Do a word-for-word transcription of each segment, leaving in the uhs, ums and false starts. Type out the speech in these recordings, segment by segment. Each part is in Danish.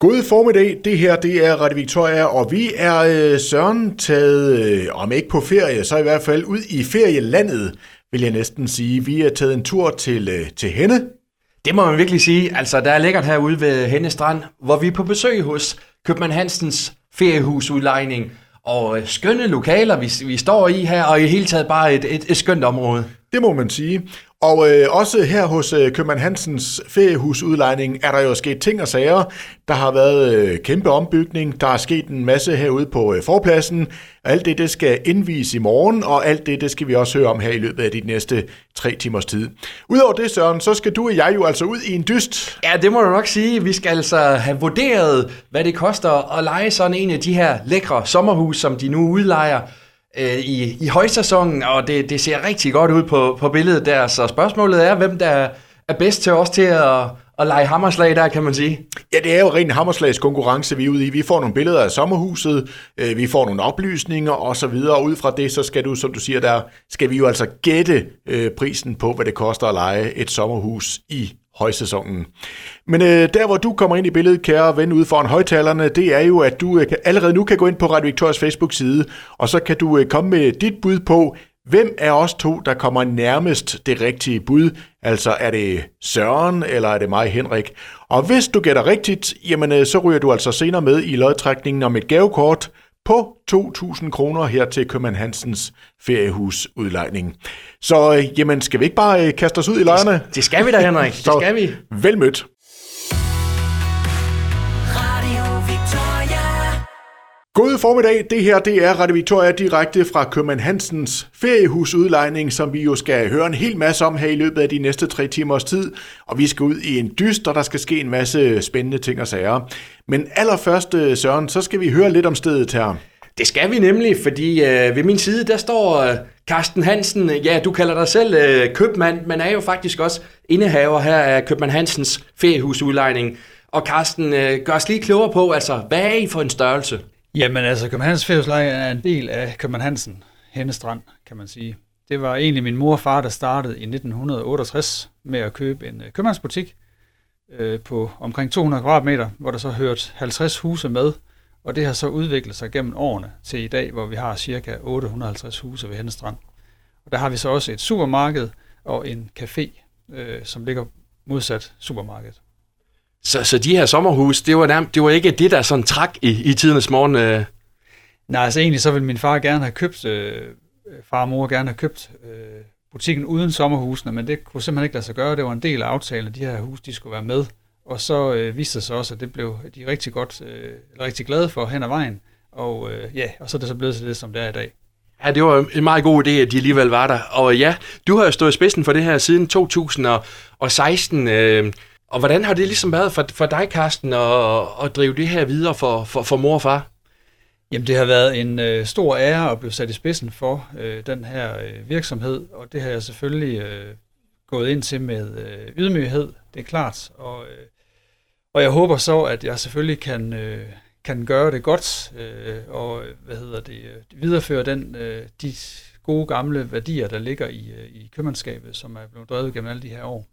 God formiddag, det her det er Radio Victoria, og vi er øh, Søren taget, øh, om ikke på ferie, så i hvert fald ud i ferielandet, vil jeg næsten sige. Vi er taget en tur til, øh, til Henne. Det må man virkelig sige. Altså, der er lækkert herude ved Henne Strand, hvor vi er på besøg hos Købmann Hansens feriehusudlejning. Og øh, skønne lokaler, vi, vi står i her, og i hele taget bare et, et, et skønt område. Det må man sige. Og øh, også her hos øh, Købmann Hansens feriehusudlejning er der jo sket ting og sager. Der har været øh, kæmpe ombygning, der er sket en masse herude på øh, forpladsen. Og alt det, det skal indvies i morgen, og alt det, det skal vi også høre om her i løbet af de næste tre timers tid. Udover det, Søren, så skal du og jeg jo altså ud i en dyst. Ja, det må du nok sige. Vi skal altså have vurderet, hvad det koster at leje sådan en af de her lækre sommerhus, som de nu udlejer I, i højsæsonen, og det, det ser rigtig godt ud på, på billedet der, så spørgsmålet er, hvem der er bedst til os til at, at lege hammerslag der, kan man sige. Ja, det er jo ren hammerslagskonkurrence, vi er ude i. Vi får nogle billeder af sommerhuset, øh, vi får nogle oplysninger og så videre, og ud fra det, så skal du, som du siger der, skal vi jo altså gætte øh, prisen på, hvad det koster at lege et sommerhus i højsæsonen. Men øh, der, hvor du kommer ind i billedet, kære ven, ude foran højtalerne, det er jo, at du øh, allerede nu kan gå ind på Radio Victorias Facebook-side, og så kan du øh, komme med dit bud på, hvem af os to, der kommer nærmest det rigtige bud. Altså, er det Søren, eller er det mig, Henrik? Og hvis du gætter rigtigt, jamen, øh, så ryger du altså senere med i lodtrækningen om et gavekort på to tusind kroner her til Købmann Hansens feriehusudlejning. Så øh, jamen, skal vi ikke bare øh, kaste os ud i lejrene? Det, det skal vi da, Henrik. Det skal vi. Vel mødt. God formiddag, det her det er Radio Victoria direkte fra Købmann Hansens feriehusudlejning, som vi jo skal høre en hel masse om her i løbet af de næste tre timers tid. Og vi skal ud i en dyst, og der skal ske en masse spændende ting og sager. Men allerførst, Søren, så skal vi høre lidt om stedet her. Det skal vi nemlig, fordi øh, ved min side, der står øh, Carsten Hansen. Ja, du kalder dig selv øh, købmand, men er jo faktisk også indehaver her af Købmann Hansens feriehusudlejning. Og Carsten, øh, gør os lige klogere på, altså, hvad er I for en størrelse? Jamen altså, Købmann Hansens feriehusudlejning er en del af Købmann Hansen, Henne Strand, kan man sige. Det var egentlig min mor og far, der startede i nitten otteogtres med at købe en købmandsbutik øh, på omkring to hundrede kvadratmeter, hvor der så hørte halvtreds huse med. Og det har så udviklet sig gennem årene til i dag, hvor vi har ca. otte hundrede og halvtreds huse ved Henne Strand. Og der har vi så også et supermarked og en café, øh, som ligger modsat supermarkedet. Så, så de her sommerhus, det var, nærmest, det var ikke det, der sådan trak i, i tidernes morgen? Øh. Nej, altså egentlig så ville min far gerne have købt, øh, far og mor gerne have købt øh, butikken uden sommerhusene, men det kunne simpelthen ikke lade sig gøre. Det var en del af aftalen, at de her hus, de skulle være med. Og så øh, viste det sig også, at det blev de rigtig godt, øh, rigtig glade for hen ad vejen. Og øh, ja, og så er det så blevet til det, som det er i dag. Ja, det var en meget god idé, at de alligevel var der. Og ja, du har jo stået i spidsen for det her siden to tusind og seksten. Øh, og hvordan har det ligesom været for, for dig, Carsten, at, at drive det her videre for, for, for mor og far? Jamen, det har været en øh, stor ære at blive sat i spidsen for øh, den her øh, virksomhed. Og det har jeg selvfølgelig øh, gået ind til med øh, ydmyghed, det er klart. Og øh, Og jeg håber så, at jeg selvfølgelig kan, øh, kan gøre det godt, øh, og hvad hedder det, videreføre den, øh, de gode gamle værdier, der ligger i, øh, i købmandskabet, som er blevet drevet gennem alle de her år.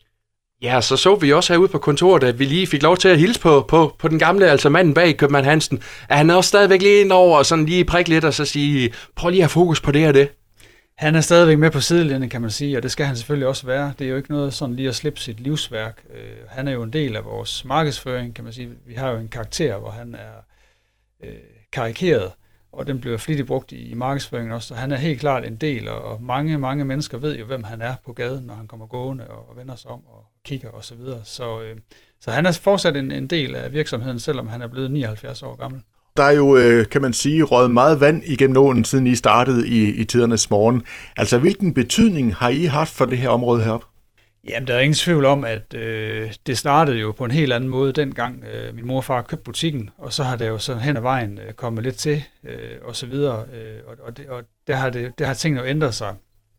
Ja, så så vi også herude på kontoret, at vi lige fik lov til at hilse på, på, på den gamle, altså manden bag Købmann Hansen. Er han også stadigvæk lige ind over og sådan lige prikke lidt og så sige, prøv lige at have fokus på det og det? Han er stadigvæk med på sidelinjen, kan man sige, og det skal han selvfølgelig også være. Det er jo ikke noget sådan lige at slippe sit livsværk. Øh, han er jo en del af vores markedsføring, kan man sige. Vi har jo en karakter, hvor han er øh, karikeret, og den bliver flittigt brugt i, i markedsføringen også. Så han er helt klart en del, og, og mange, mange mennesker ved jo, hvem han er på gaden, når han kommer gående og, og vender sig om og kigger osv. Så, videre. så, øh, så han er fortsat en, en del af virksomheden, selvom han er blevet nioghalvfjerds år gammel. Der er jo, kan man sige, røget meget vand igennem åen, siden I startede i, i tidernes morgen. Altså, hvilken betydning har I haft for det her område heroppe? Jamen, der er ingen tvivl om, at øh, det startede jo på en helt anden måde dengang øh, min mor og far købte butikken, og så har det jo så hen ad vejen øh, kommet lidt til, øh, og så videre, øh, og, og, det, og der, har det, der har tingene jo ændret sig.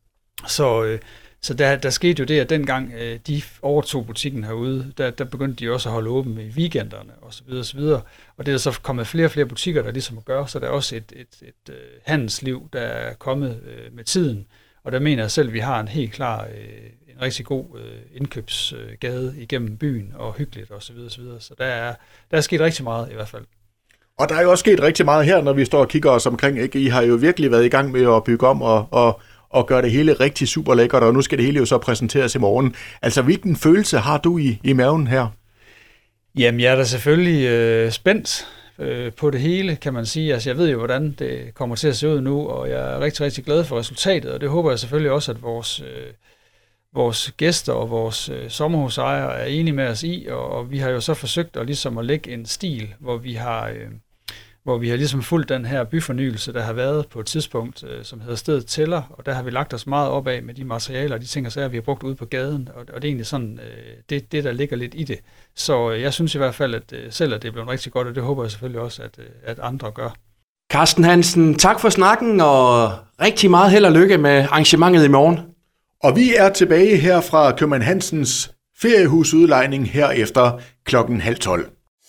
Så, øh, så der, der skete jo det, at dengang øh, de overtog butikken herude, der, der begyndte de også at holde åben i weekenderne, og så videre, og så videre. Og det er så kommet flere og flere butikker, der ligesom gør, så der er også et, et, et, et handelsliv, der er kommet øh, med tiden. Og der mener jeg selv, at vi har en helt klar, øh, en rigtig god øh, indkøbsgade igennem byen, og hyggeligt osv. Så, videre, så, videre. Så der er, der er sket rigtig meget i hvert fald. Og der er jo også sket rigtig meget her, når vi står og kigger os omkring. Ikke? I har jo virkelig været i gang med at bygge om og, og, og gøre det hele rigtig super lækkert, og nu skal det hele jo så præsenteres i morgen. Altså, hvilken følelse har du i, i maven her? Jamen, jeg er da selvfølgelig øh, spændt øh, på det hele, kan man sige. Altså, jeg ved jo, hvordan det kommer til at se ud nu, og jeg er rigtig, rigtig glad for resultatet, og det håber jeg selvfølgelig også, at vores, øh, vores gæster og vores øh, sommerhusejere er enige med os i, og, og vi har jo så forsøgt at, ligesom at lægge en stil, hvor vi har... Øh, hvor vi har ligesom fulgt den her byfornyelse, der har været på et tidspunkt, øh, som hedder Stedet Tæller, og der har vi lagt os meget op af med de materialer og de ting, så vi har brugt ude på gaden, og, og det er egentlig sådan, øh, det, det der ligger lidt i det. Så øh, jeg synes i hvert fald, at øh, selv at det er blevet rigtig godt, og det håber jeg selvfølgelig også, at, øh, at andre gør. Carsten Hansen, tak for snakken, og rigtig meget held og lykke med arrangementet i morgen. Og vi er tilbage her fra Købmann Hansens feriehusudlejning her efter klokken halv tolv.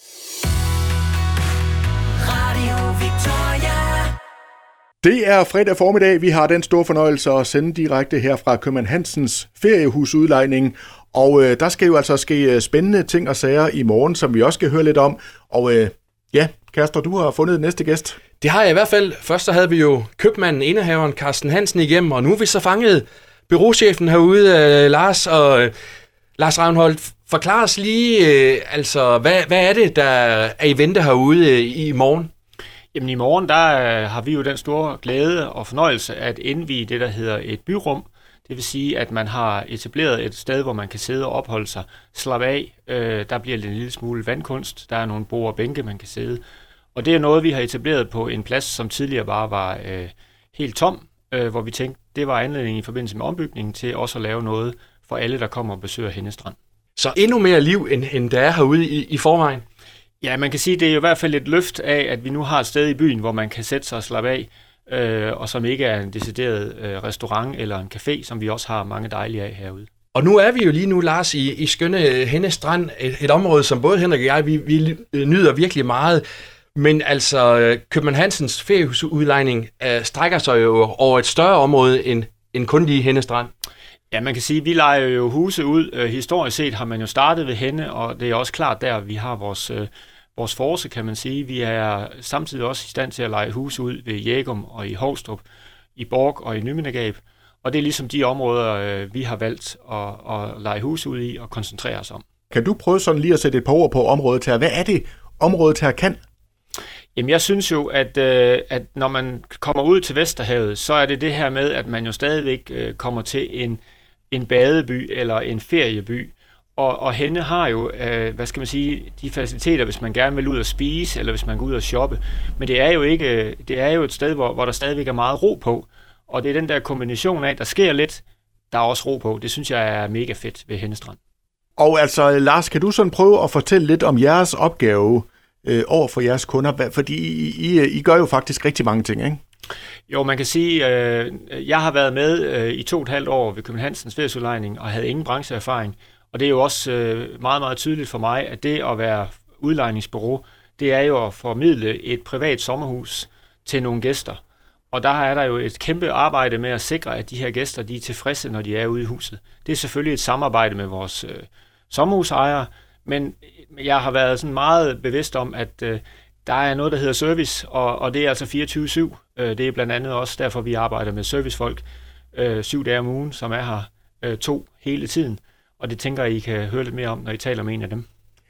Det er fredag formiddag. Vi har den store fornøjelse at sende direkte her fra Købmann Hansens feriehusudlejning. Og øh, der skal jo altså ske spændende ting og sager i morgen, som vi også skal høre lidt om. Og øh, ja, Kasper, du har fundet næste gæst. Det har jeg i hvert fald. Først så havde vi jo købmanden, indehaveren Carsten Hansen igennem, og nu er vi så fanget bureauchefen herude, øh, Lars. Og øh, Lars Ravnholt, forklar os lige, øh, altså, hvad, hvad er det, der er i vente herude øh, i morgen? Jamen i morgen, der øh, har vi jo den store glæde og fornøjelse at indvie det, der hedder et byrum. Det vil sige, at man har etableret et sted, hvor man kan sidde og opholde sig, slappe af. Øh, der bliver en lille smule vandkunst. Der er nogle borde og bænke, man kan sidde. Og det er noget, vi har etableret på en plads, som tidligere bare var øh, helt tom, øh, hvor vi tænkte, det var anledning i forbindelse med ombygningen til også at lave noget for alle, der kommer og besøger Hennestrand. Så endnu mere liv, end, end der er herude i, i forvejen? Ja, man kan sige, det er jo i hvert fald et løft af, at vi nu har et sted i byen, hvor man kan sætte sig og slappe af, øh, og som ikke er en decideret øh, restaurant eller en café, som vi også har mange dejlige af herude. Og nu er vi jo lige nu, Lars, i, i skønne Hennestrand, et, et område, som både Henrik og jeg, vi, vi nyder virkelig meget. Men altså, Købmann Hansens feriehusudlejning øh, strækker sig jo over et større område end, end kun lige Hennestrand. Ja, man kan sige, at vi lejer jo huse ud. Øh, historisk set har man jo startet ved Henne, og det er også klart der, vi har vores, øh, vores force, kan man sige. Vi er samtidig også i stand til at leje huse ud ved Jægum og i Hovstrup, i Borg og i Nymindegab. Og det er ligesom de områder, øh, vi har valgt at, at leje huse ud i og koncentrere os om. Kan du prøve sådan lige at sætte et par ord på området her? Hvad er det, området her kan? Jamen, jeg synes jo, at, øh, at når man kommer ud til Vesterhavet, så er det det her med, at man jo stadigvæk øh, kommer til en en badeby eller en ferieby, og, og Henne har jo, øh, hvad skal man sige, de faciliteter, hvis man gerne vil ud og spise, eller hvis man går ud og shoppe, men det er jo ikke, det er jo et sted, hvor, hvor der stadigvæk er meget ro på, og det er den der kombination af, der sker lidt, der er også ro på. Det synes jeg er mega fedt ved Hennestrand. Og altså, Lars, kan du sådan prøve at fortælle lidt om jeres opgave øh, over for jeres kunder, fordi I, I, I gør jo faktisk rigtig mange ting, ikke? Jo, man kan sige, at øh, jeg har været med øh, i to og et halvt år ved Købmann Hansens feriehusudlejning og havde ingen brancheerfaring. Og det er jo også øh, meget, meget tydeligt for mig, at det at være udlejningsbureau, det er jo at formidle et privat sommerhus til nogle gæster. Og der er der jo et kæmpe arbejde med at sikre, at de her gæster de er tilfredse, når de er ude i huset. Det er selvfølgelig et samarbejde med vores øh, sommerhusejere, men jeg har været sådan meget bevidst om, at øh, der er noget, der hedder service, og, og det er altså fireogtyve syv. Det er blandt andet også derfor, vi arbejder med servicefolk øh, syv dage om ugen, som er her øh, to hele tiden. Og det tænker jeg, I kan høre lidt mere om, når I taler med en af dem.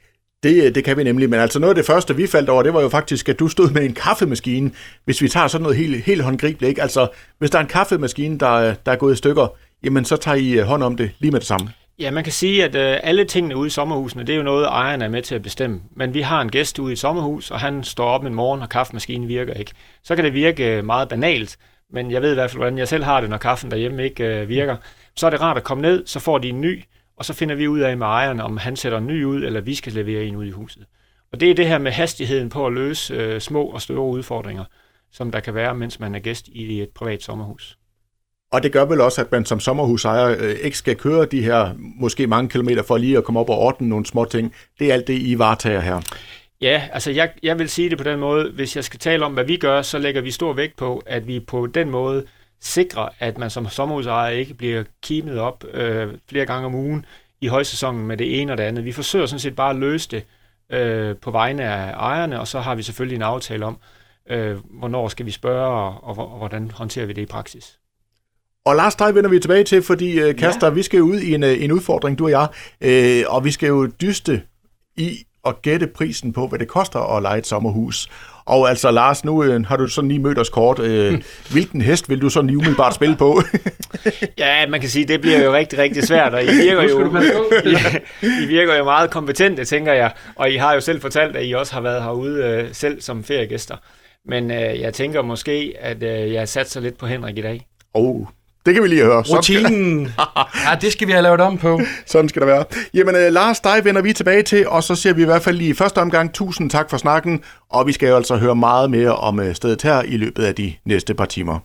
Det, det kan vi nemlig, men altså noget af det første, vi faldt over, det var jo faktisk, at du stod med en kaffemaskine, hvis vi tager sådan noget helt, helt håndgribeligt, ikke? Altså, hvis der er en kaffemaskine, der, der er gået i stykker, jamen så tager I hånd om det lige med det samme. Ja, man kan sige, at øh, alle tingene ude i sommerhusene, det er jo noget, ejerne er med til at bestemme. Men vi har en gæst ude i et sommerhus, og han står op en morgen, og kaffemaskinen virker ikke. Så kan det virke meget banalt, men jeg ved i hvert fald, hvordan jeg selv har det, når kaffen derhjemme ikke øh, virker. Så er det rart at komme ned, så får de en ny, og så finder vi ud af med ejerne, om han sætter en ny ud, eller vi skal levere en ud i huset. Og det er det her med hastigheden på at løse øh, små og store udfordringer, som der kan være, mens man er gæst i et privat sommerhus. Og det gør vel også, at man som sommerhusejer øh, ikke skal køre de her måske mange kilometer for lige at komme op og ordne nogle små ting. Det er alt det, I varetager her. Ja, altså jeg, jeg vil sige det på den måde. Hvis jeg skal tale om, hvad vi gør, så lægger vi stor vægt på, at vi på den måde sikre, at man som sommerhusejer ikke bliver kimet op øh, flere gange om ugen i højsæsonen med det ene og det andet. Vi forsøger sådan set bare at løse det øh, på vegne af ejerne, og så har vi selvfølgelig en aftale om, øh, hvornår skal vi spørge, og, og, og hvordan håndterer vi det i praksis. Og Lars, dig vender vi tilbage til, fordi uh, Kaster, ja. vi skal jo ud i en, en udfordring, du og jeg, øh, og vi skal jo dyste i at gætte prisen på, hvad det koster at leje et sommerhus. Og altså, Lars, nu øh, har du sådan lige mødt os kort. Øh, hmm. Hvilken hest vil du sådan lige umiddelbart spille på? Ja, man kan sige, det bliver jo rigtig, rigtig svært, og I virker jo, I, I virker jo meget kompetente, tænker jeg. Og I har jo selv fortalt, at I også har været herude øh, selv som feriegæster. Men øh, jeg tænker måske, at øh, jeg satser lidt på Henrik i dag. Oh. Det kan vi lige høre. Rutinen. Ja, det skal vi have lavet om på. Sådan skal det være. Jamen, uh, Lars, dig vender vi tilbage til, og så siger vi i hvert fald lige i første omgang tusind tak for snakken, og vi skal jo altså høre meget mere om uh, stedet her i løbet af de næste par timer.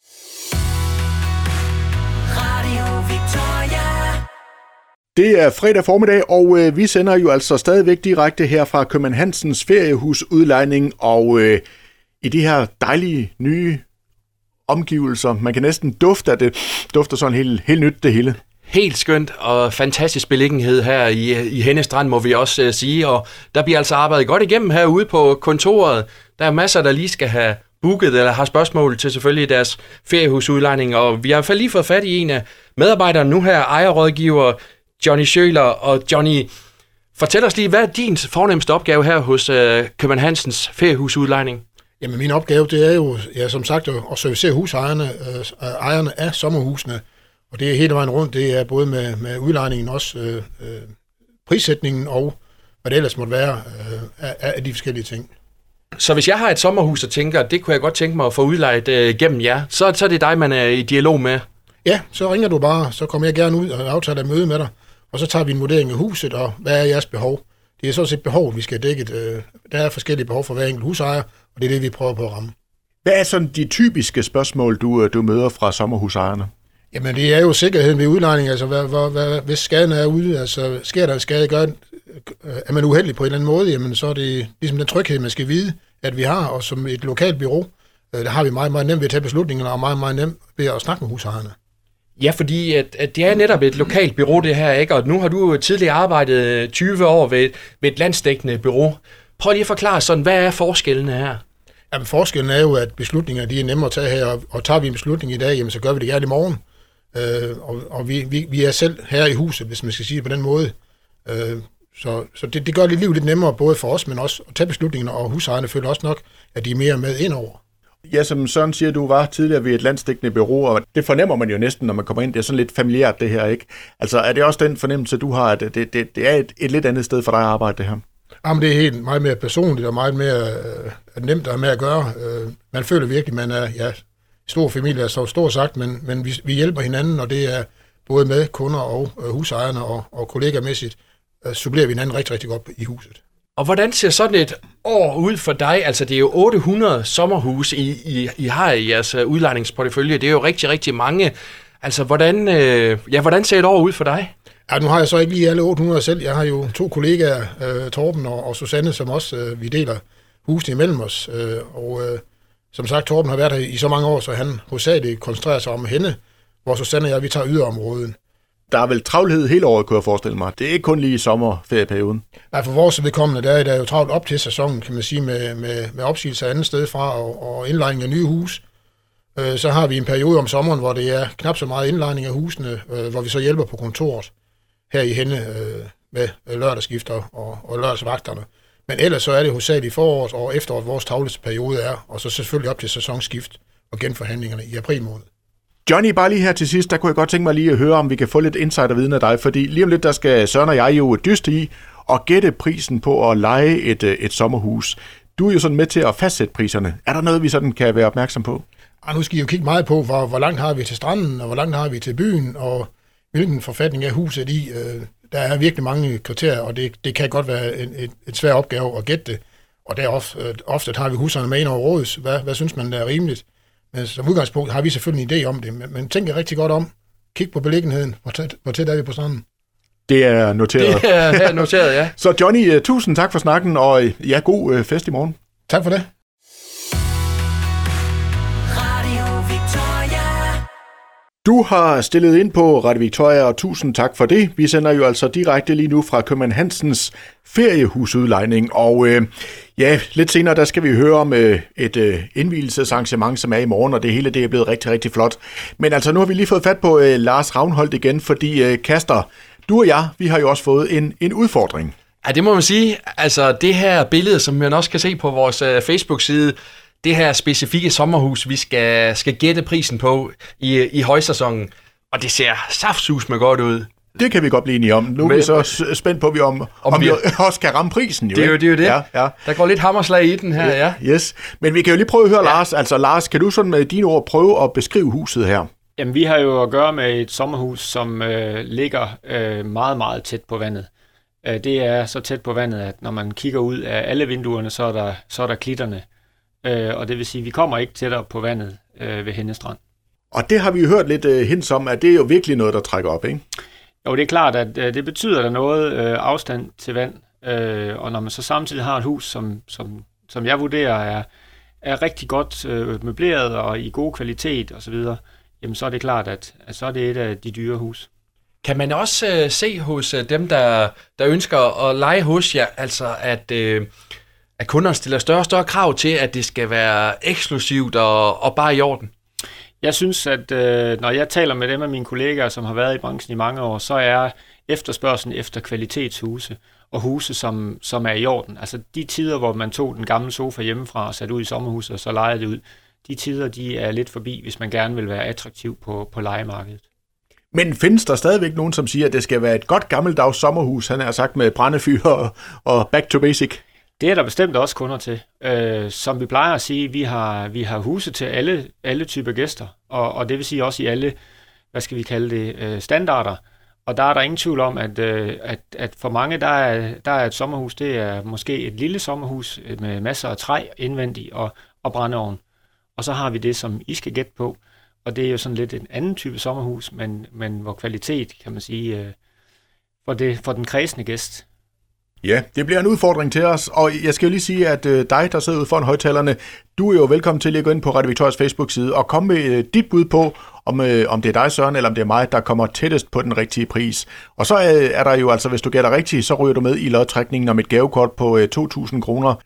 Radio Victoria. Det er fredag formiddag, og uh, vi sender jo altså stadigvæk direkte her fra Købmann Hansens feriehusudlejning, og uh, i de her dejlige nye omgivelser. Man kan næsten dufte af det. Dufter sådan helt, helt nyt det hele. Helt skønt og fantastisk beliggenhed her i, i Henne Strand, må vi også uh, sige. Og der bliver altså arbejdet godt igennem herude på kontoret. Der er masser, der lige skal have booket eller har spørgsmål til selvfølgelig deres feriehusudlejning. Og vi har i hvert fald lige fået fat i en af medarbejderne nu her, ejerrådgiver Johnny Schøler. Og Johnny, fortæl os lige, hvad er din fornemmeste opgave her hos uh, Købmann Hansens feriehusudlejning? Jamen min opgave, det er jo, ja, som sagt, at servicere husejerne, øh, ejerne af sommerhusene, og det er hele vejen rundt. Det er både med, med udlejningen, også øh, øh, prissætningen og hvad det ellers måtte være øh, af, af de forskellige ting. Så hvis jeg har et sommerhus og tænker, at det kunne jeg godt tænke mig at få udlejet øh, gennem jer, så, så er det dig, man er i dialog med? Ja, så ringer du bare, så kommer jeg gerne ud og aftaler et møde med dig, og så tager vi en vurdering af huset, og hvad er jeres behov? Det er sådan set behov, vi skal dække. Øh, der er forskellige behov for hver enkelt husejer, og det er det, vi prøver på at ramme. Hvad er sådan de typiske spørgsmål, du, du møder fra sommerhusejerne? Jamen, det er jo sikkerheden ved udlejning. Altså, hvad, hvad, hvad, hvis skaden er ude, altså sker der en skade, gør, er man uheldig på en eller anden måde, jamen så er det ligesom den tryghed, man skal vide, at vi har, og som et lokalt bureau, der har vi meget, meget nemt ved at tage beslutningerne, og meget, meget nemt ved at snakke med husejerne. Ja, fordi at, at det er netop et lokalt bureau, det her, ikke? Og nu har du tidligere arbejdet tyve år ved, ved et landsdækkende bureau. Prøv lige at forklare sådan, hvad er forskellene her? Jamen, forskellen er jo, at beslutninger de er nemmere at tage her, og, og tager vi en beslutning i dag, jamen, så gør vi det gerne i morgen. Øh, og og vi, vi, vi er selv her i huset, hvis man skal sige det på den måde. Øh, så så det, det gør det livet lidt nemmere, både for os, men også at tage beslutningerne, og husejerne føler også nok, at de er mere med indover. Ja, som Søren siger, du var tidligere ved et landsdækkende bureau, og det fornemmer man jo næsten, når man kommer ind. Det er sådan lidt familiært, det her, ikke? Altså, er det også den fornemmelse, du har, at det, det, det er et, et lidt andet sted for dig at arbejde, det her? Jamen, det er helt meget mere personligt og meget mere øh, nemt at med at gøre. Øh, man føler virkelig, man er, ja, stor familie er så stort sagt, men, men vi, vi hjælper hinanden, og det er både med kunder og øh, husejerne og, og kollegamæssigt, øh, supplerer vi hinanden rigtig, rigtig godt i huset. Og hvordan ser sådan et år ud for dig? Altså, det er jo otte hundrede sommerhus, I, I, I har i jeres udlejningsportefølje. Det er jo rigtig, rigtig mange. Altså, hvordan, øh, ja, hvordan ser et år ud for dig? Ja, nu har jeg så ikke lige alle otte hundrede selv. Jeg har jo to kollegaer, øh, Torben og, og Susanne, som også øh, vi deler husene imellem os. Øh, og øh, som sagt, Torben har været her i så mange år, så han hovedsageligt koncentrerer sig om hende, hvor Susanne og jeg, vi tager yderområdet. Der er vel travlhed hele året, kunne jeg forestille mig. Det er ikke kun lige i sommerferieperioden. Nej, for vores vedkommende, der er der jo travlt op til sæsonen, kan man sige, med, med, med opsigelse af andet sted fra og, og indlejning af nye hus. Øh, så har vi en periode om sommeren, hvor det er knap så meget indlejning af husene, øh, hvor vi så hjælper på kontoret her i Henne øh, med lørdagsskifter og, og lørdagsvagterne. Men ellers så er det hovedsageligt i foråret og efteråret, vores travleste periode er, og så selvfølgelig op til sæsonskift og genforhandlingerne i april måned. Johnny, bare lige her til sidst, der kunne jeg godt tænke mig lige at høre, om vi kan få lidt insiderviden af dig, fordi lige om lidt, der skal Søren og jeg jo dyste i og gætte prisen på at leje et, et sommerhus. Du er jo sådan med til at fastsætte priserne. Er der noget, vi sådan kan være opmærksom på? Ja, nu skal I jo kigge meget på, hvor, hvor langt har vi til stranden, og hvor langt har vi til byen, og hvilken forfatning er huset i. Der er virkelig mange kriterier, og det, det kan godt være en et, et svær opgave at gætte det. Og der ofte, ofte har vi huserne med ind over rådet. Hvad, hvad synes man, der er rimeligt? Men som udgangspunkt har vi selvfølgelig en idé om det, men, men tænk jer rigtig godt om. Kig på beliggenheden. Hvor tæt, hvor tæt er vi på stranden? Det er noteret. Det er noteret, ja. Så Johnny, tusind tak for snakken, og ja, god fest i morgen. Tak for det. Radio Victoria. Du har stillet ind på Radio Victoria, og tusind tak for det. Vi sender jo altså direkte lige nu fra Købmann Hansens feriehusudlejning, og øh, ja, lidt senere der skal vi høre om øh, et øh, indvielsesarrangement, som er i morgen, og det hele det er blevet rigtig, rigtig flot. Men altså, nu har vi lige fået fat på øh, Lars Ravnholdt igen, fordi øh, Kaster, du og jeg, vi har jo også fået en, en udfordring. Ja, det må man sige. Altså, det her billede, som man også kan se på vores uh, Facebook-side, det her specifikke sommerhus, vi skal, skal gætte prisen på i, i højsæsonen, og det ser saftsus med godt ud. Det kan vi godt blive enige om. Nu er vi så spændt på, om, om, om vi også kan ramme prisen. Jo, det er jo det. Er jo det. Ja, ja. Der går lidt hammerslag i den her, ja. Yes. Men vi kan jo lige prøve at høre, ja. Lars. Altså, Lars, kan du sådan med dine ord prøve at beskrive huset her? Jamen, vi har jo at gøre med et sommerhus, som øh, ligger øh, meget, meget tæt på vandet. Øh, det er så tæt på vandet, at når man kigger ud af alle vinduerne, så er der, så er der klitterne. Øh, og det vil sige, at vi kommer ikke tættere på vandet øh, ved Hennestrand. Og det har vi jo hørt lidt øh, hints om, at det er jo virkelig noget, der trækker op, ikke? Jo, det er klart, at øh, det betyder der noget øh, afstand til vand. Øh, og når man så samtidig har et hus, som, som, som jeg vurderer er, er rigtig godt øh, møbleret og i god kvalitet osv., jamen så er det klart, at, at så er det et af de dyre hus. Kan man også øh, se hos øh, dem, der, der ønsker at lege hos jer, altså at, øh, at kunderne stiller større og større krav til, at det skal være eksklusivt og, og bare i orden? Jeg synes, at øh, når jeg taler med dem af mine kollegaer, som har været i branchen i mange år, så er efterspørgselen efter kvalitetshuse og huse, som, som er i orden. Altså de tider, hvor man tog den gamle sofa hjemmefra og satte ud i sommerhuset og så lejede det ud, de tider, de er lidt forbi, hvis man gerne vil være attraktiv på, på lejemarkedet. Men findes der stadigvæk nogen, som siger, at det skal være et godt gammeldags sommerhus, han har sagt med brændefyr og, og back to basic? Det er der bestemt også kunder til. Øh, som vi plejer at sige, vi har, vi har huse til alle, alle typer gæster, og, og det vil sige også i alle, hvad skal vi kalde det, øh, standarder. Og der er der ingen tvivl om, at, øh, at, at for mange, der er, der er et sommerhus, det er måske et lille sommerhus med masser af træ indvendigt og, og brændeovn. Og så har vi det, som I skal gætte på, og det er jo sådan lidt en anden type sommerhus, men, men hvor kvalitet, kan man sige, øh, for, det, for den kredsende gæst. Ja, det bliver en udfordring til os, og jeg skal jo lige sige, at øh, dig, der sidder ude foran højtalerne, du er jo velkommen til at gå ind på Radio Victorias Facebook-side og komme med øh, dit bud på, om, øh, om det er dig, Søren, eller om det er mig, der kommer tættest på den rigtige pris. Og så øh, er der jo altså, hvis du gætter rigtigt, så ryger du med i lodtrækningen om et gavekort på øh, to tusind kroner.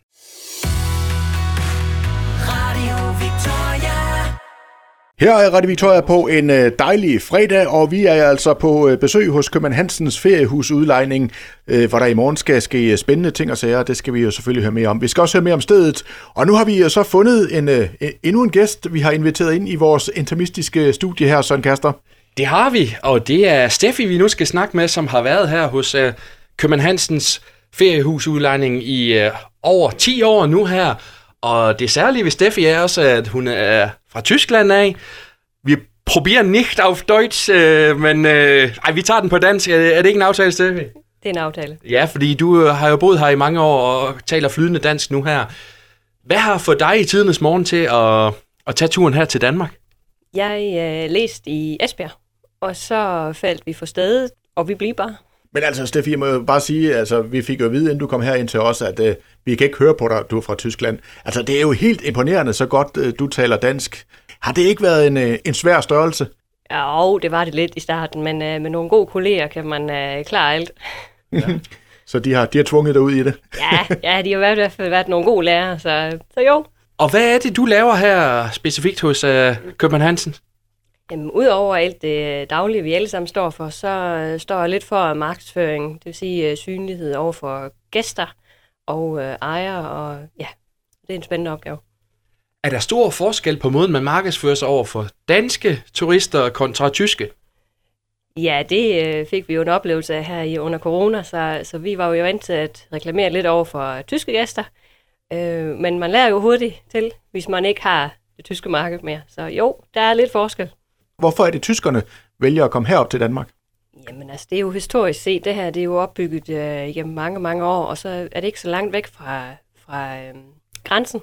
Her er Radio Victoria på en dejlig fredag, og vi er altså på besøg hos Købmann Hansens feriehusudlejning, hvor der i morgen skal ske spændende ting og sager. Det skal vi jo selvfølgelig høre mere om. Vi skal også høre mere om stedet, og nu har vi så fundet en, endnu en gæst, vi har inviteret ind i vores intermistiske studie her, Søren Kaster. Det har vi, og det er Steffi, vi nu skal snakke med, som har været her hos uh, Købmann Hansens feriehusudlejning i uh, over ti år nu her. Og det særlige ved Steffi er også, at hun er fra Tyskland af. Vi probieren nicht auf Deutsch, øh, men øh, ej, vi tager den på dansk. Er det, er det ikke en aftale, Steffi? Det er en aftale. Ja, fordi du har jo boet her i mange år og taler flydende dansk nu her. Hvad har fået dig i tidernes morgen til at, at tage turen her til Danmark? Jeg øh, læste i Esbjerg, og så faldt vi for stedet, og vi blev bare. Men altså, Steffi, jeg må jo bare sige, altså, vi fik jo at vide, inden du kom her ind til os, at uh, vi kan ikke høre på dig, du er fra Tyskland. Altså, det er jo helt imponerende, så godt uh, du taler dansk. Har det ikke været en, uh, en svær størrelse? Ja, det var det lidt i starten, men uh, med nogle gode kolleger kan man uh, klare alt. Ja. Så de har, de har tvunget dig ud i det? ja, ja, de har i hvert fald været nogle gode lærere, så, så jo. Og hvad er det, du laver her specifikt hos uh, Købmann Hansen? Jamen, udover alt det daglige, vi alle sammen står for, så uh, står jeg lidt for markedsføring, det vil sige uh, synlighed over for gæster og uh, ejere, og ja, det er en spændende opgave. Er der stor forskel på måden, man markedsfører sig over for danske turister kontra tyske? Ja, det øh, fik vi jo en oplevelse af her i under corona, så, så vi var jo vant til at reklamere lidt over for tyske gæster. Øh, men man lærer jo hurtigt til, hvis man ikke har det tyske marked mere. Så jo, der er lidt forskel. Hvorfor er det tyskerne vælger at komme herop til Danmark? Jamen altså, det er jo historisk set. Det her det er jo opbygget øh, igennem mange, mange år, og så er det ikke så langt væk fra, fra øh, grænsen.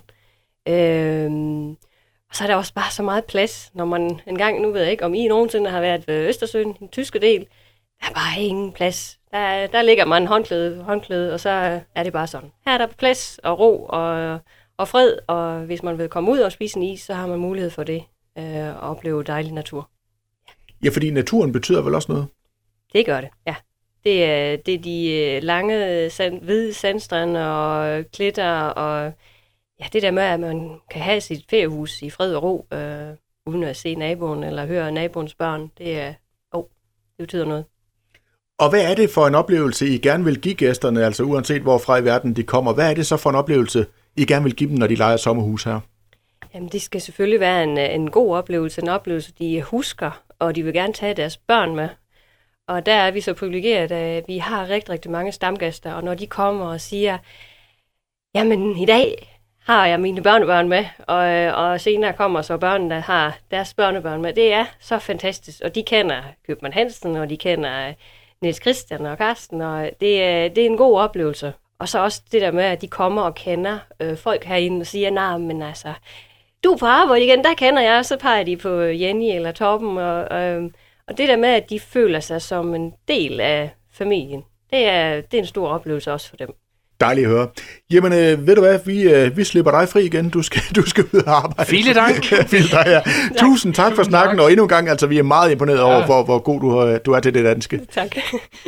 Øh, og så er der også bare så meget plads, når man engang, nu ved jeg ikke, om I nogensinde har været ved Østersøen, den tyske del, der er bare ingen plads. Der, der ligger man håndklæde, håndklæde, og så er det bare sådan. Her er der plads og ro og, og fred, og hvis man vil komme ud og spise en is, så har man mulighed for det, øh, og opleve dejlig natur. Ja, fordi naturen betyder vel også noget? Det gør det, ja. Det er, det er de lange, sand, hvide sandstrande og klitter, og ja, det der med, at man kan have sit feriehus i fred og ro, øh, uden at se naboen eller høre naboens børn, det er, oh, det betyder noget. Og hvad er det for en oplevelse, I gerne vil give gæsterne, altså uanset hvorfra i verden de kommer? Hvad er det så for en oplevelse, I gerne vil give dem, når de lejer sommerhus her? Jamen, det skal selvfølgelig være en, en god oplevelse, en oplevelse, de husker, og de vil gerne tage deres børn med. Og der er vi så privilegeret, at vi har rigtig, rigtig mange stamgæster, og når de kommer og siger, jamen i dag har jeg mine børnebørn med, og, og senere kommer så børnene, der har deres børnebørn med. Det er så fantastisk, og de kender Købmann Hansen, og de kender Niels Christian og Karsten, og det er, det er en god oplevelse. Og så også det der med, at de kommer og kender øh, folk herinde og siger, nej, men altså, du er på arbejde igen, der kender jeg, så peger de på Jenny eller Torben, og, øh, og det der med, at de føler sig som en del af familien, det er, det er en stor oplevelse også for dem. Dejligt at høre. Jamen, øh, ved du hvad, vi, øh, vi slipper dig fri igen. Du skal, du skal ud og arbejde. File dank. File dig, ja. Tusind tak for snakken, og endnu en gang, altså vi er meget imponeret over, ja. hvor, hvor god du, du er til det danske. Tak.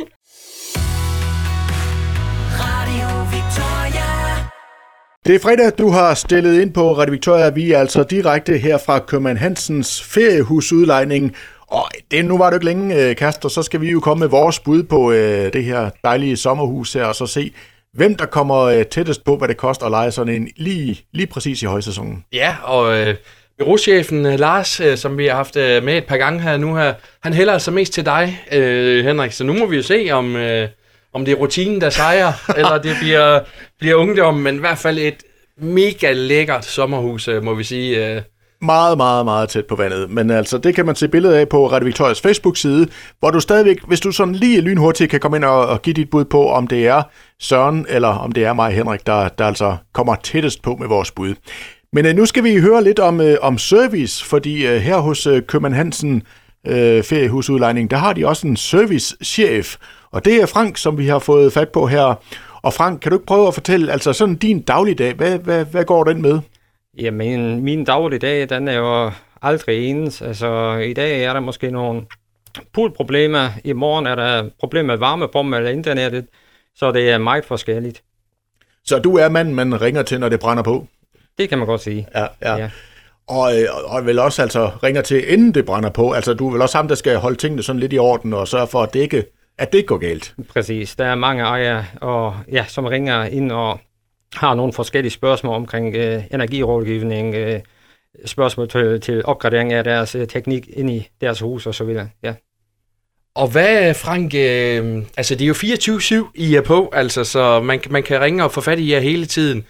Det er fredag, du har stillet ind på Radio Victoria. Vi er altså direkte her fra Købmann Hansens feriehusudlejning. Og det, nu var det ikke længe, Kasper, så skal vi jo komme med vores bud på øh, det her dejlige sommerhus her, og så se, hvem der kommer øh, tættest på, hvad det koster at leje sådan en lige, lige præcis i højsæsonen. Ja, og øh, bureauchefen øh, Lars, øh, som vi har haft øh, med et par gange her nu her, han hælder altså mest til dig, øh, Henrik. Så nu må vi jo se, om, øh, om det er rutinen, der sejrer, eller det bliver, bliver ungdom, men i hvert fald et mega lækkert sommerhus, øh, må vi sige. Øh. Meget, meget, meget tæt på vandet. Men altså, det kan man se billeder af på Radio Victorias Facebook-side, hvor du stadigvæk, hvis du sådan lige lynhurtigt kan komme ind og, og give dit bud på, om det er Søren, eller om det er mig, Henrik, der, der altså kommer tættest på med vores bud. Men uh, nu skal vi høre lidt om, uh, om service, fordi uh, her hos uh, Købmann Hansen uh, feriehusudlejning, der har de også en servicechef, og det er Frank, som vi har fået fat på her. Og Frank, kan du ikke prøve at fortælle, altså sådan din dagligdag, hvad, hvad, hvad går den med? Jamen, min dagligdag, den er jo aldrig ens. Altså, i dag er der måske nogle poolproblemer. I morgen er der problemer med varmepumper eller internettet. Så det er meget forskelligt. Så du er manden, man ringer til, når det brænder på? Det kan man godt sige. Ja, ja. ja. Og, og vel også altså ringer til, inden det brænder på. Altså, du er vel også ham, der skal holde tingene sådan lidt i orden og sørge for, at det ikke, at det ikke går galt. Præcis. Der er mange ejere, og, ja, som ringer ind og har nogle forskellige spørgsmål omkring øh, energirådgivning, øh, spørgsmål til, til opgradering af deres øh, teknik ind i deres hus og så videre. Ja. Og hvad, Frank, øh, altså det er jo fireogtyve syv, I er på, altså, så man, man kan ringe og få fat i jer hele tiden.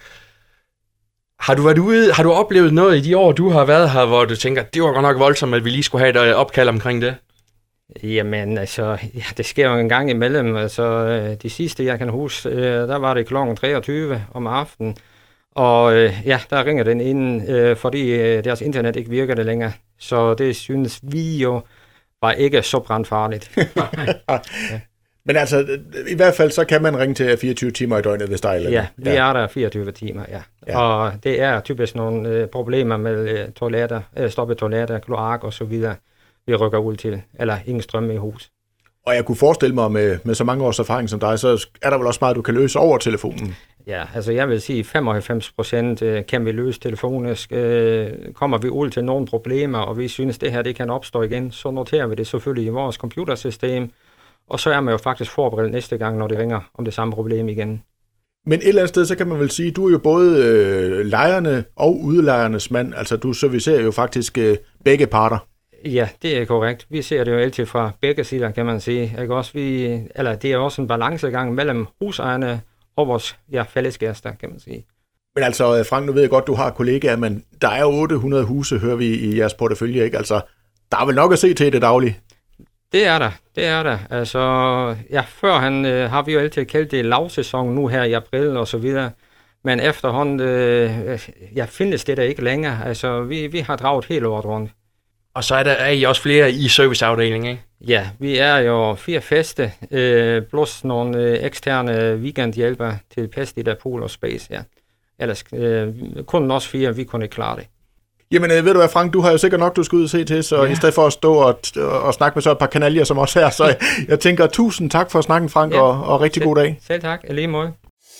Har du været ude, har du oplevet noget i de år, du har været her, hvor du tænker, det var godt nok voldsomt, at vi lige skulle have et opkald omkring det? Jamen, altså, ja, det sker jo en gang imellem. Altså, de sidste, jeg kan huske, øh, der var det klokken treogtyve om aftenen. Og øh, ja, der ringer den ind, øh, fordi øh, deres internet ikke virker det længere. Så det synes vi jo var ikke så brandfarligt. ja. Men altså, i hvert fald, så kan man ringe til fireogtyve timer i døgnet, hvis der er eller Ja, vi ja. er der fireogtyve timer, ja. ja. Og det er typisk nogle øh, problemer med øh, toiletter, øh, stoppet toiletter, kloak og så videre. Vi rykker ud til, eller ingen strøm i hus. Og jeg kunne forestille mig, med, med så mange års erfaring som dig, så er der vel også meget, du kan løse over telefonen? Ja, altså jeg vil sige, femoghalvfems procent kan vi løse telefonisk. Kommer vi ud til nogle problemer, og vi synes, det her det kan opstå igen, så noterer vi det selvfølgelig i vores computersystem, og så er man jo faktisk forberedt næste gang, når det ringer om det samme problem igen. Men et eller andet sted, så kan man vel sige, du er jo både øh, lejerne og udlejernes mand, altså du servicerer jo faktisk øh, begge parter. Ja, det er korrekt. Vi ser det jo altid fra begge sider, kan man sige. Ikke? Også vi, eller det er også en balancegang mellem husejerne og vores ja, fællesgæster, kan man sige. Men altså, Frank, nu ved jeg godt, du har kollegaer, men der er jo otte hundrede huse, hører vi i jeres portefølje, ikke? Altså, der er vel nok at se til i det daglige? Det er der, det er der. Altså, ja, førhen øh, har vi jo altid kaldt det lavsæson nu her i april og så videre. Men efterhånden, øh, ja, findes det der ikke længere. Altså, vi, vi har draget helt året rundt. Og så er der er I også flere i serviceafdelingen, ikke? Ja, vi er jo fire faste, øh, plus nogle øh, eksterne weekendhjælper til Pestida, Pool og Space, ja. Ellers øh, kun os fire, vi kunne ikke klare det. Jamen, ved du hvad, Frank, du har jo sikkert nok, du skal ud og se til, så ja. I stedet for at stå og, og snakke med så et par kanalier som os her, så jeg, jeg tænker, tusind tak for snakken, Frank, ja. og, og rigtig selv, god dag. Selv tak, lige måde.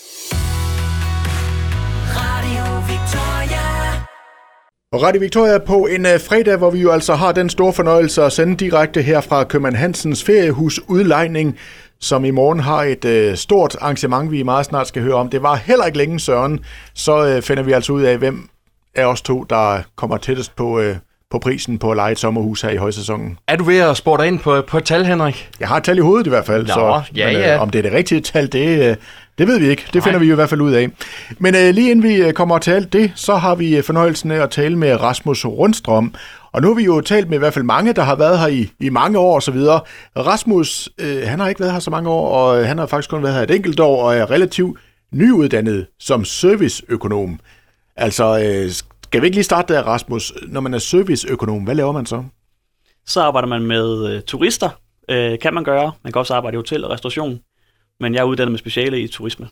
Og Radio Victoria på en uh, fredag, hvor vi jo altså har den store fornøjelse at sende direkte her fra Købmann Hansens feriehus udlejning, som i morgen har et uh, stort arrangement, vi meget snart skal høre om. Det var heller ikke længe, Søren, så uh, finder vi altså ud af, hvem af os to, der kommer tættest på, uh, på prisen på at leje et sommerhus her i højsæsonen. Er du ved at spore dig ind på, på et tal, Henrik? Jeg har et tal i hovedet i hvert fald, Nå, så ja, men, uh, ja. om det er det rigtige tal, det... Uh, Det ved vi ikke. Det finder Nej. vi jo i hvert fald ud af. Men øh, lige inden vi øh, kommer til alt det, så har vi øh, fornøjelsen af at tale med Rasmus Rundstrøm. Og nu har vi jo talt med i hvert fald mange, der har været her i, i mange år og så videre. Rasmus, øh, han har ikke været her så mange år, og han har faktisk kun været her et enkelt år, og er relativt nyuddannet som serviceøkonom. Altså, øh, skal vi ikke lige starte der, Rasmus? Når man er serviceøkonom, hvad laver man så? Så arbejder man med øh, turister, øh, kan man gøre. Man kan også arbejde i hotel og restauration. Men jeg er uddannet med speciale i turisme.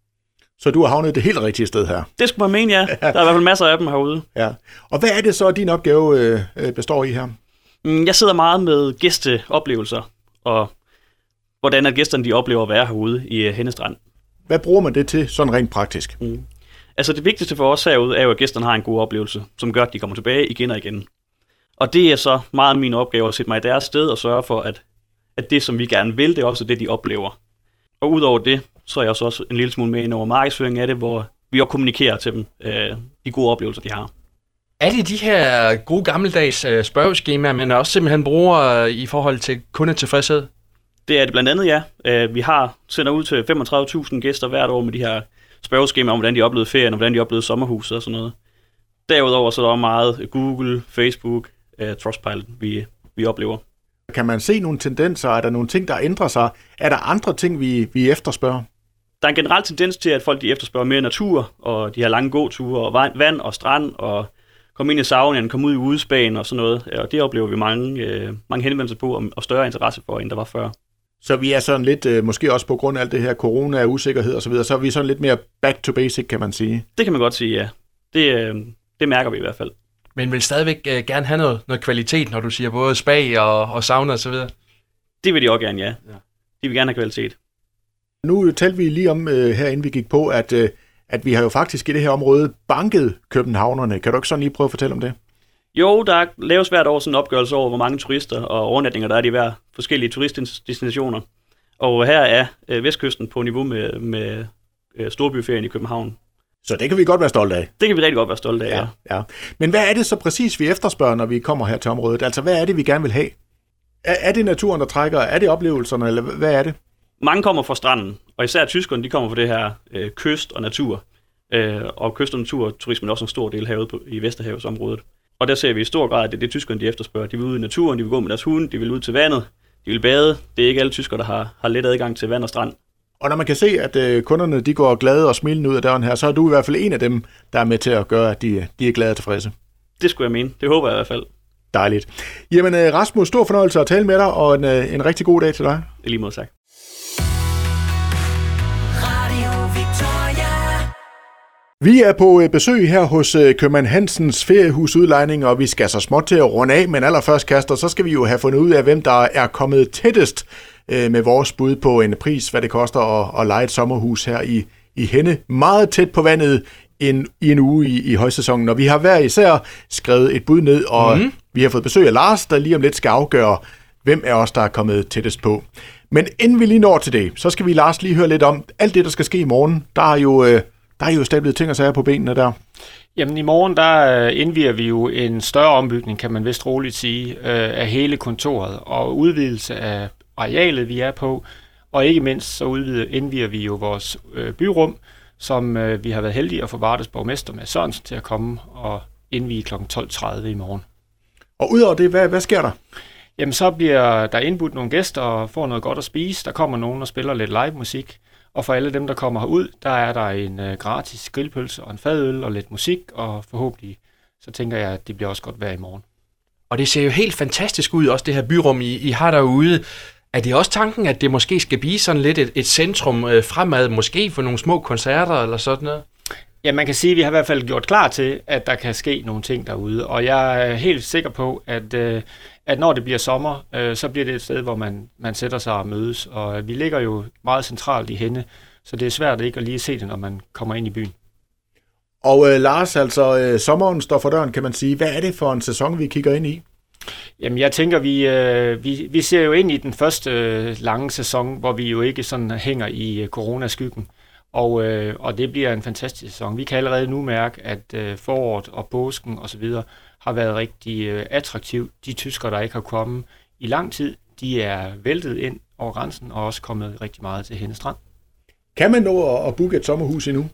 Så du har havnet det helt rigtige sted her? Det skulle man mene, ja. Der er i hvert fald masser af dem herude. Ja. Og hvad er det så, din opgave øh, består i her? Jeg sidder meget med gæsteoplevelser, og hvordan at gæsterne de oplever at være herude i Hennestrand. Hvad bruger man det til, sådan rent praktisk? Mm. Altså det vigtigste for os herude er jo, at gæsterne har en god oplevelse, som gør, at de kommer tilbage igen og igen. Og det er så meget min opgave at sætte mig i deres sted og sørge for, at, at det, som vi gerne vil, det er også det, de oplever. Og udover det, så er jeg også en lille smule med ind over markedsføring af det, hvor vi også kommunikerer til dem øh, de gode oplevelser, de har. Er det de her gode gammeldags øh, spørgeskemaer, men også simpelthen bruger øh, i forhold til kundetilfredshed? Det er det blandt andet, ja. Øh, vi har sender ud til femogtredive tusind gæster hvert år med de her spørgeskemaer om, hvordan de oplevede ferien, og hvordan de oplevede sommerhuset og sådan noget. Derudover så er der meget Google, Facebook, øh, Trustpilot, vi, vi oplever. Kan man se nogle tendenser? Er der nogle ting, der ændrer sig? Er der andre ting, vi, vi efterspørger? Der er en generel tendens til, at folk de efterspørger mere natur, og de har lange gåture, og vand og strand, og komme ind i saunaen, komme ud i udespagen og sådan noget. Og det oplever vi mange, øh, mange henvendelser på, og større interesse for, end der var før. Så vi er sådan lidt, øh, måske også på grund af alt det her corona og usikkerhed og så videre, så er vi sådan lidt mere back to basic, kan man sige? Det kan man godt sige, ja. Det, øh, det mærker vi i hvert fald. Men vil stadigvæk øh, gerne have noget, noget kvalitet, når du siger både spa og, og sauna og så videre? Det vil de også gerne, ja. ja. De vil gerne have kvalitet. Nu talte vi lige om, øh, her inden vi gik på, at, øh, at vi har jo faktisk i det her område banket københavnerne. Kan du ikke sådan lige prøve at fortælle om det? Jo, der laves hvert år sådan en opgørelse over, hvor mange turister og overnatninger der er i hver forskellige turistdestinationer. Og her er øh, Vestkysten på niveau med, med øh, storbyferien i København. Så det kan vi godt være stolte af. Det kan vi rigtig godt være stolte af, ja. ja. ja. Men hvad er det så præcis, vi efterspørger, når vi kommer her til området? Altså, hvad er det, vi gerne vil have? Er, er det naturen, der trækker? Er det oplevelserne, eller hvad er det? Mange kommer fra stranden, og især tyskerne, de kommer fra det her øh, kyst og natur. Øh, og kyst- og naturturismen er også en stor del herude på, i Vesterhavsområdet. Og der ser vi i stor grad, at det er det, tyskerne de efterspørger. De vil ud i naturen, de vil gå med deres hunde, de vil ud til vandet, de vil bade. Det er ikke alle tyskere, der har, har let adgang til vand og strand. Og når man kan se, at øh, kunderne de går glade og smilende ud af døren her, så er du i hvert fald en af dem, der er med til at gøre, at de, de er glade og tilfredse. Det skulle jeg mene. Det håber jeg i hvert fald. Dejligt. Jamen øh, Rasmus, stor fornøjelse at tale med dig, og en, øh, en rigtig god dag til dig. I lige måde, tak. Vi er på besøg her hos Købmann Hansens feriehusudlejning, og vi skal så småt til at runde af, men allerførst, Kasper, så skal vi jo have fundet ud af, hvem der er kommet tættest med vores bud på en pris, hvad det koster at, at leje et sommerhus her i, i Henne. Meget tæt på vandet en, i en uge i, i højsæsonen, og vi har hver især skrevet et bud ned, og mm. vi har fået besøg af Lars, der lige om lidt skal afgøre, hvem af os, der er kommet tættest på. Men inden vi lige når til det, så skal vi, Lars, lige høre lidt om alt det, der skal ske i morgen. Der er jo... Øh, Der er jo stablet ting og sager på benene der. Jamen i morgen, der indviger vi jo en større ombygning, kan man vist roligt sige, af hele kontoret og udvidelse af arealet, vi er på. Og ikke mindst så udvider, indviger vi jo vores byrum, som vi har været heldige at få Vardes borgmester Mads Sørensen til at komme og indvige klokken tolv tredive i morgen. Og udover det, hvad, hvad sker der? Jamen så bliver der indbudt nogle gæster og får noget godt at spise. Der kommer nogen og spiller lidt live musik. Og for alle dem, der kommer herud, der er der en øh, gratis grillpølse og en fadøl og lidt musik, og forhåbentlig så tænker jeg, at det bliver også godt vejr i morgen. Og det ser jo helt fantastisk ud, også det her byrum, I, I har derude. Er det også tanken, at det måske skal blive sådan lidt et, et centrum øh, fremad, måske for nogle små koncerter eller sådan noget? Ja, man kan sige, at vi har i hvert fald gjort klar til, at der kan ske nogle ting derude. Og jeg er helt sikker på, at, øh, at når det bliver sommer, øh, så bliver det et sted, hvor man, man sætter sig og mødes. Og vi ligger jo meget centralt i Henne, så det er svært ikke at lige se det, når man kommer ind i byen. Og øh, Lars, altså øh, sommeren står for døren, kan man sige. Hvad er det for en sæson, vi kigger ind i? Jamen, jeg tænker, vi, øh, vi, vi ser jo ind i den første øh, lange sæson, hvor vi jo ikke sådan hænger i øh, coronaskyggen. Og, øh, og det bliver en fantastisk sæson. Vi kan allerede nu mærke, at øh, foråret og påsken osv. har været rigtig øh, attraktiv. De tyskere, der ikke har kommet i lang tid, de er væltet ind over grænsen og også kommet rigtig meget til Henne Strand. Kan man nå at, at booke et sommerhus endnu?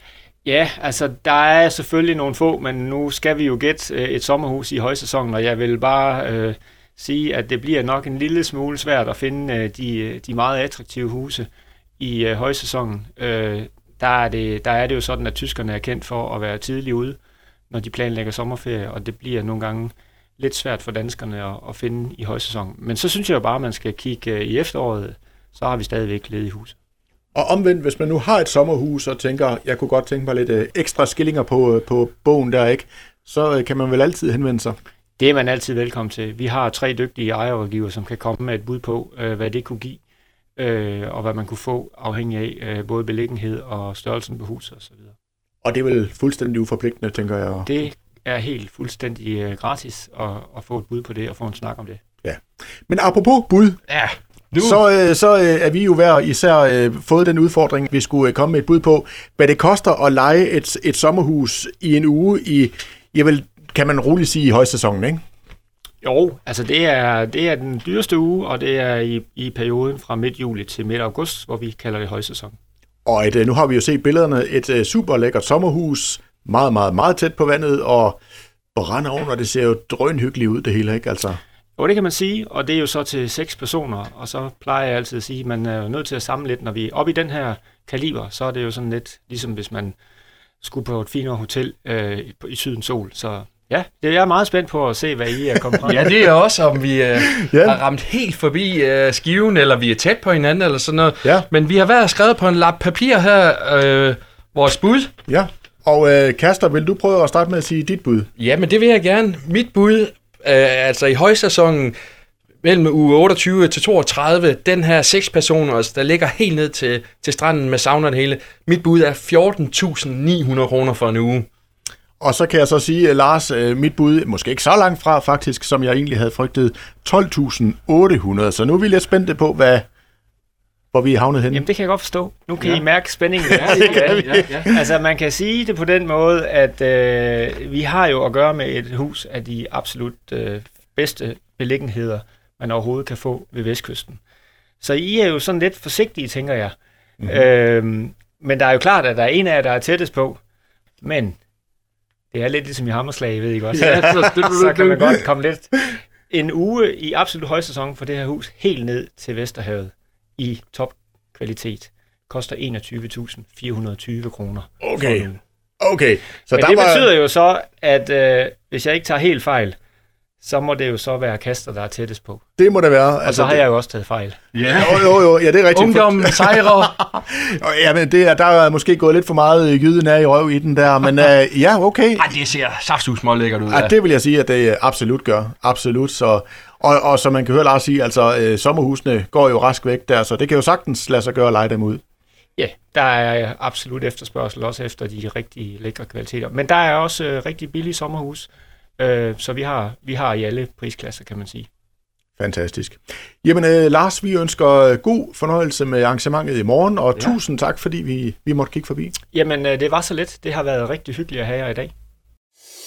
Ja, altså der er selvfølgelig nogle få, men nu skal vi jo gætte øh, et sommerhus i højsæsonen, og jeg vil bare øh, sige, at det bliver nok en lille smule svært at finde øh, de, de meget attraktive huse i øh, højsæsonen. Øh, der, er det, der er det jo sådan, at tyskerne er kendt for at være tidligt ude, når de planlægger sommerferie, og det bliver nogle gange lidt svært for danskerne at, at finde i højsæsonen. Men så synes jeg jo bare, at man skal kigge øh, i efteråret, så har vi stadigvæk ledige huse. Og omvendt, hvis man nu har et sommerhus og tænker, jeg kunne godt tænke mig lidt øh, ekstra skillinger på, øh, på bogen der, ikke, så øh, kan man vel altid henvende sig? Det er man altid velkommen til. Vi har tre dygtige ejerrådgivere, som kan komme med et bud på, øh, hvad det kunne give, øh, og hvad man kunne få afhængig af øh, både beliggenhed og størrelsen på huset osv. Og det er vel fuldstændig uforpligtende, tænker jeg. Det er helt fuldstændig øh, gratis at, at få et bud på det og få en snak om det. Ja. Men apropos bud, Ja, nu. så, øh, så øh, er vi jo hver især øh, fået den udfordring, vi skulle øh, komme med et bud på, hvad det koster at leje et, et sommerhus i en uge i, jeg vil, kan man roligt sige, i højsæsonen, ikke? Jo, altså det er, det er den dyreste uge, og det er i, i perioden fra midt juli til midt august, hvor vi kalder det højsæson. Og et, nu har vi jo set billederne, et uh, super lækkert sommerhus, meget, meget, meget tæt på vandet, og på Randerovn, og det ser jo drønhyggeligt ud, det hele, ikke? Altså. Jo, det kan man sige, og det er jo så til seks personer, og så plejer jeg altid at sige, at man er nødt til at samle lidt, når vi er oppe i den her kaliber, så er det jo sådan lidt, ligesom hvis man skulle på et finere hotel øh, i sydens sol, så ja, det er jeg meget spændt på at se, hvad I er kommet fra. Ja, det er også, om vi øh, Ja. har ramt helt forbi øh, skiven, eller vi er tæt på hinanden, eller sådan noget. Ja. Men vi har været skrevet på en lap papir her, øh, vores bud. Ja, og øh, Kaster, vil du prøve at starte med at sige dit bud? Ja, men det vil jeg gerne. Mit bud, øh, altså i højsæsonen, mellem uge otteogtyve til toogtredive, den her seks personer, der ligger helt ned til, til stranden med sauna og det hele. Mit bud er fjorten tusind ni hundrede kroner for en uge. Og så kan jeg så sige, Lars, øh, mit bud, måske ikke så langt fra faktisk, som jeg egentlig havde frygtet, tolv tusind otte hundrede. Så nu er vi lidt spændte på, hvad, hvor vi er havnet henne. Jamen, det kan jeg godt forstå. Nu kan Ja. I mærke spændingen. Ja, det kan vi. Ja, ja. Altså, man kan sige det på den måde, at øh, vi har jo at gøre med et hus af de absolut øh, bedste beliggenheder, man overhovedet kan få ved Vestkysten. Så I er jo sådan lidt forsigtige, tænker jeg. Mm-hmm. Øhm, men der er jo klart, at der er en af jer, der er tættest på. Men det er lidt ligesom i hammerslag, ved I godt. Ja, så, Så kan man godt komme lidt en uge i absolut højsæson for det her hus, helt ned til Vesterhavet i topkvalitet. Koster enogtyve tusind fire hundrede og tyve kroner. Okay. for en uge. Okay, så Men der det var... betyder jo så, at øh, hvis jeg ikke tager helt fejl, så må det jo så være Kaster, der er tættest på. Det må det være. Og så har jeg jo også taget fejl. Ja. Jo, jo, jo, ja, det er rigtigt. Ungdommen sejrer. Ja, men det er, der er måske gået lidt for meget gyden af i røv i den der, men uh, ja, okay. Ej, det ser saftsus meget lækkert ud. Ja, det vil jeg sige, at det absolut gør. Absolut. Så, og, og som man kan høre Lars sige, altså øh, sommerhusene går jo rask væk der, så det kan jo sagtens lade sig gøre at lege dem ud. Ja, der er absolut efterspørgsel også efter de rigtig lækre kvaliteter. Men der er også øh, rigtig billige sommerhus, øh, så vi har, vi har i alle prisklasser, kan man sige. Fantastisk. Jamen øh, Lars, vi ønsker god fornøjelse med arrangementet i morgen, og Ja. tusind tak, fordi vi, vi måtte kigge forbi. Jamen, øh, det var så let. Det har været rigtig hyggeligt at have jer i dag.